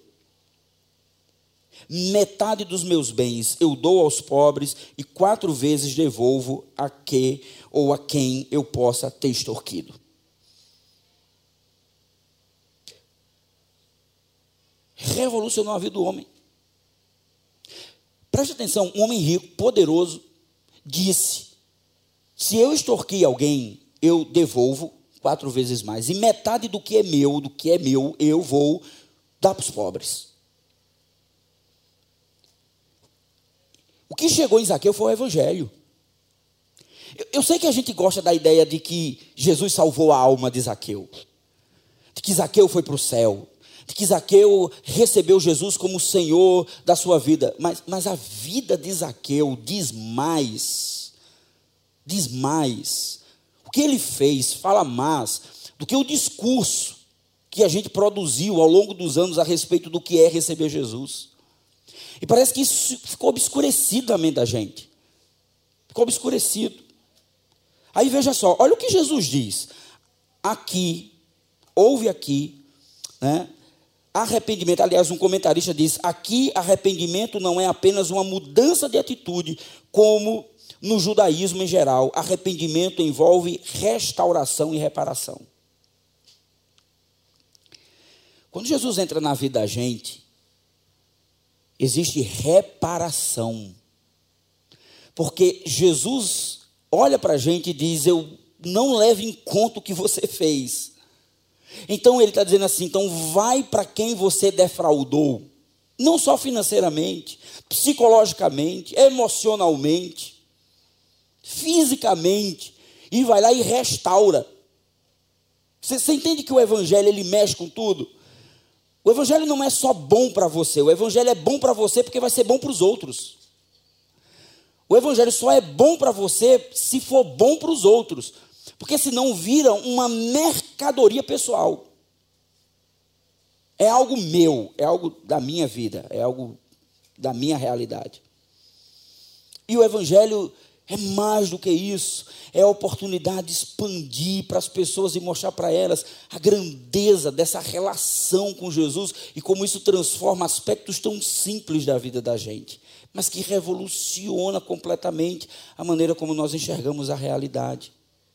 Metade dos meus bens eu dou aos pobres e quatro vezes devolvo a que ou a quem eu possa ter extorquido. Revolucionou a vida do homem. Preste atenção, um homem rico, poderoso, disse: se eu extorquir alguém, eu devolvo quatro vezes mais. E metade do que é meu, do que é meu, eu vou dar para os pobres. O que chegou em Zaqueu foi o evangelho. Eu, eu sei que a gente gosta da ideia de que Jesus salvou a alma de Zaqueu, de que Zaqueu foi para o céu, de que Zaqueu recebeu Jesus como Senhor da sua vida. Mas, mas a vida de Zaqueu diz mais, diz mais. O que ele fez fala mais do que o discurso que a gente produziu ao longo dos anos a respeito do que é receber Jesus. E parece que isso ficou obscurecido na mente da gente. Ficou obscurecido. Aí veja só, olha o que Jesus diz. Aqui, ouve aqui, né? Arrependimento, aliás, um comentarista diz: aqui arrependimento não é apenas uma mudança de atitude, como no judaísmo em geral. Arrependimento envolve restauração e reparação. Quando Jesus entra na vida da gente, existe reparação. Porque Jesus olha para a gente e diz: eu não levo em conta o que você fez. Então ele está dizendo assim: então vai para quem você defraudou, não só financeiramente, psicologicamente, emocionalmente, fisicamente, e vai lá e restaura. Você, você entende que o evangelho ele mexe com tudo? O evangelho não é só bom para você, o evangelho é bom para você porque vai ser bom para os outros. O evangelho só é bom para você se for bom para os outros, porque senão vira uma mercadoria pessoal. É algo meu, é algo da minha vida, é algo da minha realidade. E o evangelho é mais do que isso, é a oportunidade de expandir para as pessoas e mostrar para elas a grandeza dessa relação com Jesus e como isso transforma aspectos tão simples da vida da gente, mas que revoluciona completamente a maneira como nós enxergamos a realidade.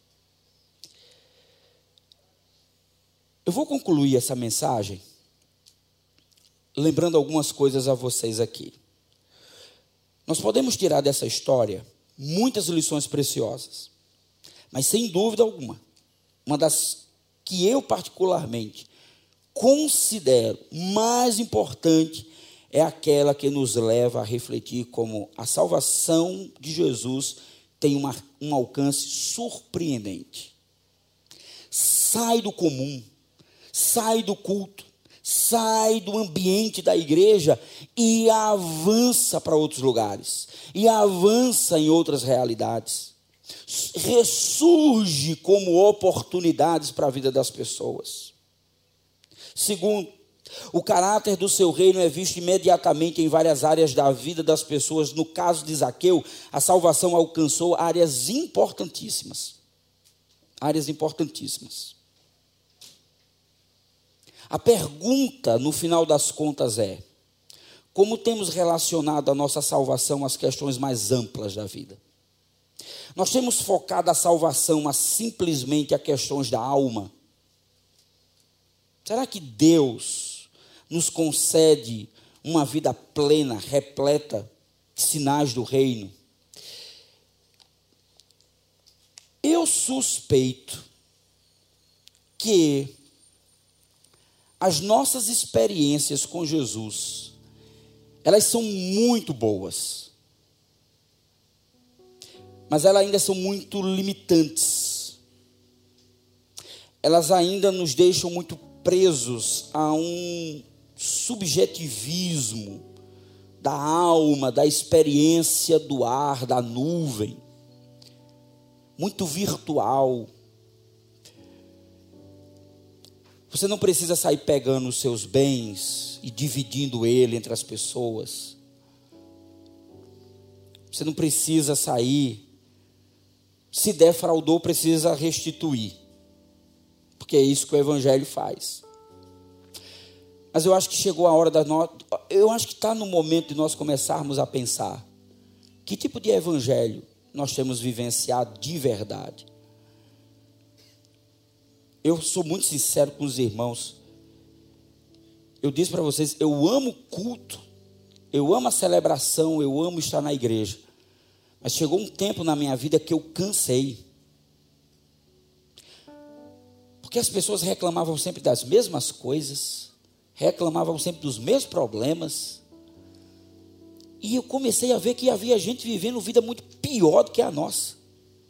Eu vou concluir essa mensagem lembrando algumas coisas a vocês aqui. Nós podemos tirar dessa história muitas lições preciosas, mas sem dúvida alguma, uma das que eu particularmente considero mais importante é aquela que nos leva a refletir como a salvação de Jesus tem uma, um alcance surpreendente. Sai do comum, sai do culto, sai do ambiente da igreja e avança para outros lugares, e avança em outras realidades, ressurge como oportunidades para a vida das pessoas. Segundo, o caráter do seu reino é visto imediatamente em várias áreas da vida das pessoas. No caso de Zaqueu, a salvação alcançou áreas importantíssimas. Áreas importantíssimas. A pergunta, no final das contas, é: como temos relacionado a nossa salvação às questões mais amplas da vida? Nós temos focado a salvação a simplesmente a questões da alma? Será que Deus nos concede uma vida plena, repleta de sinais do reino? Eu suspeito que as nossas experiências com Jesus, elas são muito boas, mas elas ainda são muito limitantes. Elas ainda nos deixam muito presos a um subjetivismo da alma, da experiência do ar, da nuvem, muito virtual. Você não precisa sair pegando os seus bens e dividindo ele entre as pessoas. Você não precisa sair, se defraudou, precisa restituir, porque é isso que o Evangelho faz. Mas eu acho que chegou a hora da nós, eu acho que está no momento de nós começarmos a pensar que tipo de Evangelho nós temos vivenciado de verdade. Eu sou muito sincero com os irmãos. Eu disse para vocês, eu amo culto, eu amo a celebração, eu amo estar na igreja. Mas chegou um tempo na minha vida que eu cansei. Porque as pessoas reclamavam sempre das mesmas coisas, reclamavam sempre dos mesmos problemas. E eu comecei a ver que havia gente vivendo vida muito pior do que a nossa.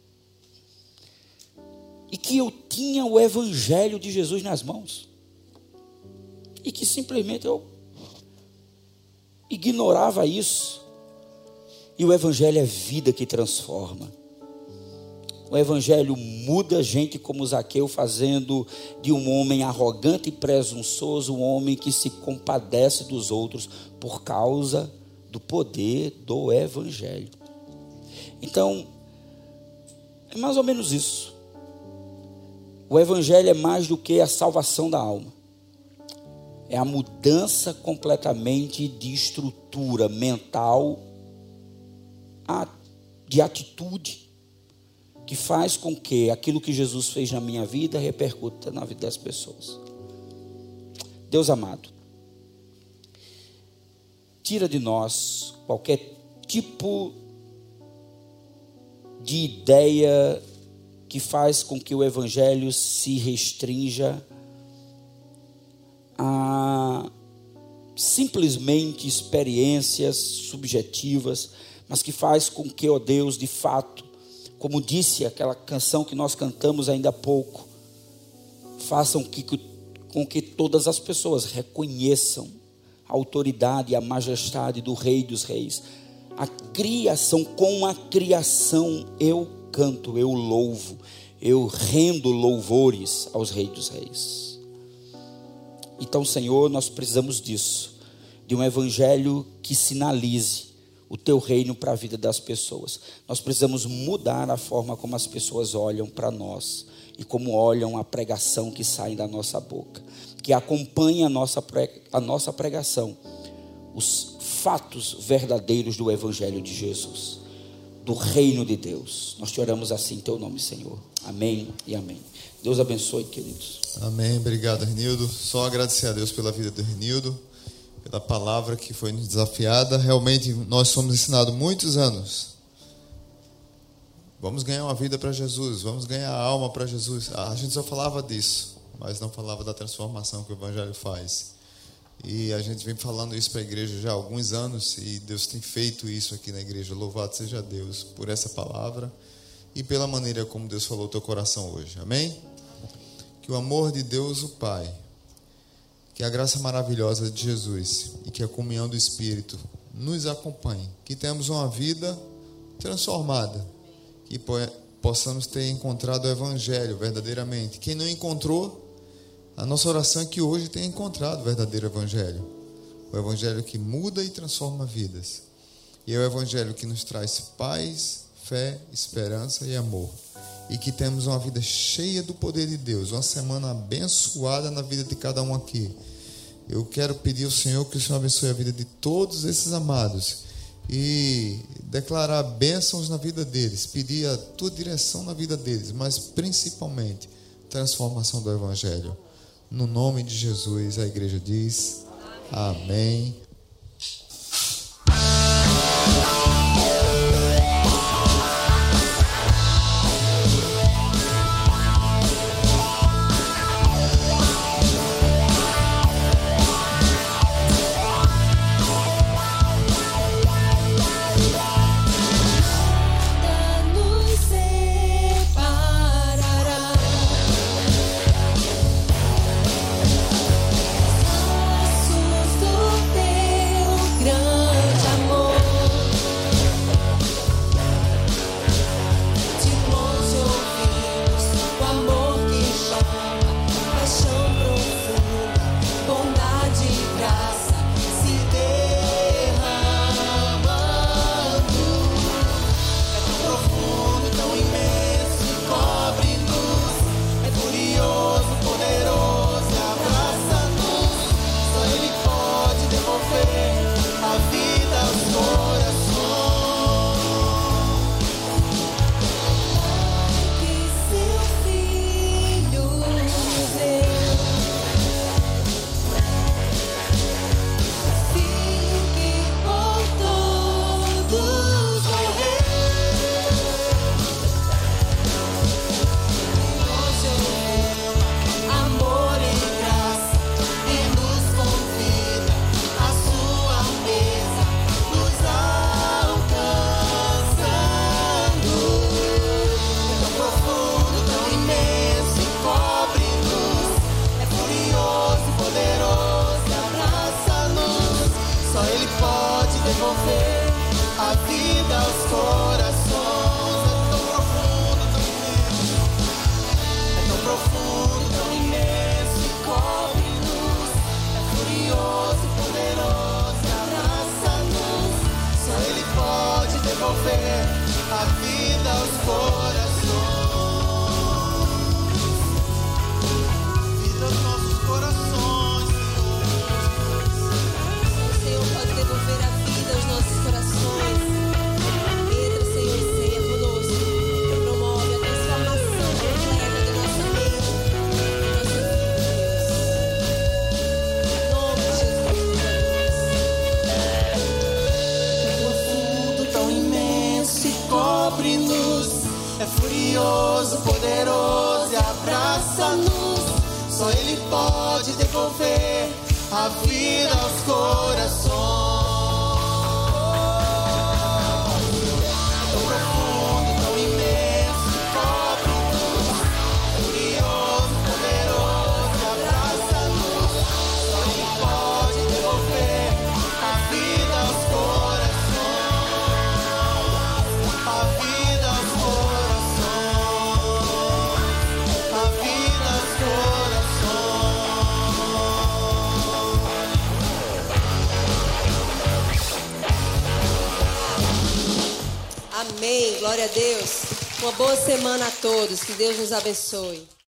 E que eu tinha o Evangelho de Jesus nas mãos. E que simplesmente eu ignorava isso. E o Evangelho é vida que transforma. O Evangelho muda a gente como Zaqueu, fazendo de um homem arrogante e presunçoso um homem que se compadece dos outros por causa do poder do Evangelho. Então, é mais ou menos isso. O Evangelho é mais do que a salvação da alma. É a mudança completamente de estrutura mental, de atitude, que faz com que aquilo que Jesus fez na minha vida repercuta na vida das pessoas. Deus amado, tira de nós qualquer tipo de ideia que faz com que o Evangelho se restrinja a simplesmente experiências subjetivas, mas que faz com que, ó Deus, de fato, como disse aquela canção que nós cantamos ainda há pouco, façam que, com que todas as pessoas reconheçam a autoridade e a majestade do Rei dos Reis. A criação, com a criação eu canto, eu louvo, eu rendo louvores aos Reis dos Reis. Então, Senhor, nós precisamos disso, de um Evangelho que sinalize o Teu reino para a vida das pessoas. Nós precisamos mudar a forma como as pessoas olham para nós e como olham a pregação que sai da nossa boca, que acompanhe a nossa, a nossa pregação, os fatos verdadeiros do Evangelho de Jesus, do reino de Deus. Nós te oramos assim em Teu nome, Senhor. Amém e amém. Deus abençoe, queridos. Amém. Obrigado, Renildo. Só agradecer a Deus pela vida do Renildo, pela palavra que foi nos desafiada. Realmente nós somos ensinados muitos anos. Vamos ganhar uma vida para Jesus, vamos ganhar a alma para Jesus. A gente só falava disso, mas não falava da transformação que o Evangelho faz. E a gente vem falando isso para a igreja já há alguns anos, e Deus tem feito isso aqui na igreja. Louvado seja Deus por essa palavra e pela maneira como Deus falou ao teu coração hoje. Amém? Que o amor de Deus, o Pai, Que a graça maravilhosa de Jesus e que a comunhão do Espírito nos acompanhe. Que tenhamos uma vida transformada. Que possamos ter encontrado o Evangelho verdadeiramente. Quem não encontrou, a nossa oração é que hoje tenha encontrado o verdadeiro Evangelho. O Evangelho que muda e transforma vidas. E é o Evangelho que nos traz paz, fé, esperança e amor. E que temos uma vida cheia do poder de Deus. Uma semana abençoada na vida de cada um aqui. Eu quero pedir ao Senhor que o Senhor abençoe a vida de todos esses amados. E declarar bênçãos na vida deles. Pedir a tua direção na vida deles. Mas principalmente, transformação do Evangelho. No nome de Jesus, a igreja diz... Amém. Poderoso e abraça-nos. Só Ele pode devolver a vida aos corações. Tão profundo, tão imenso, cobre-nos. Furioso, poderoso e abraça-nos. Só Ele pode devolver a vida aos corações. A vida aos Amém, glória a Deus. Uma boa semana a todos, que Deus nos abençoe.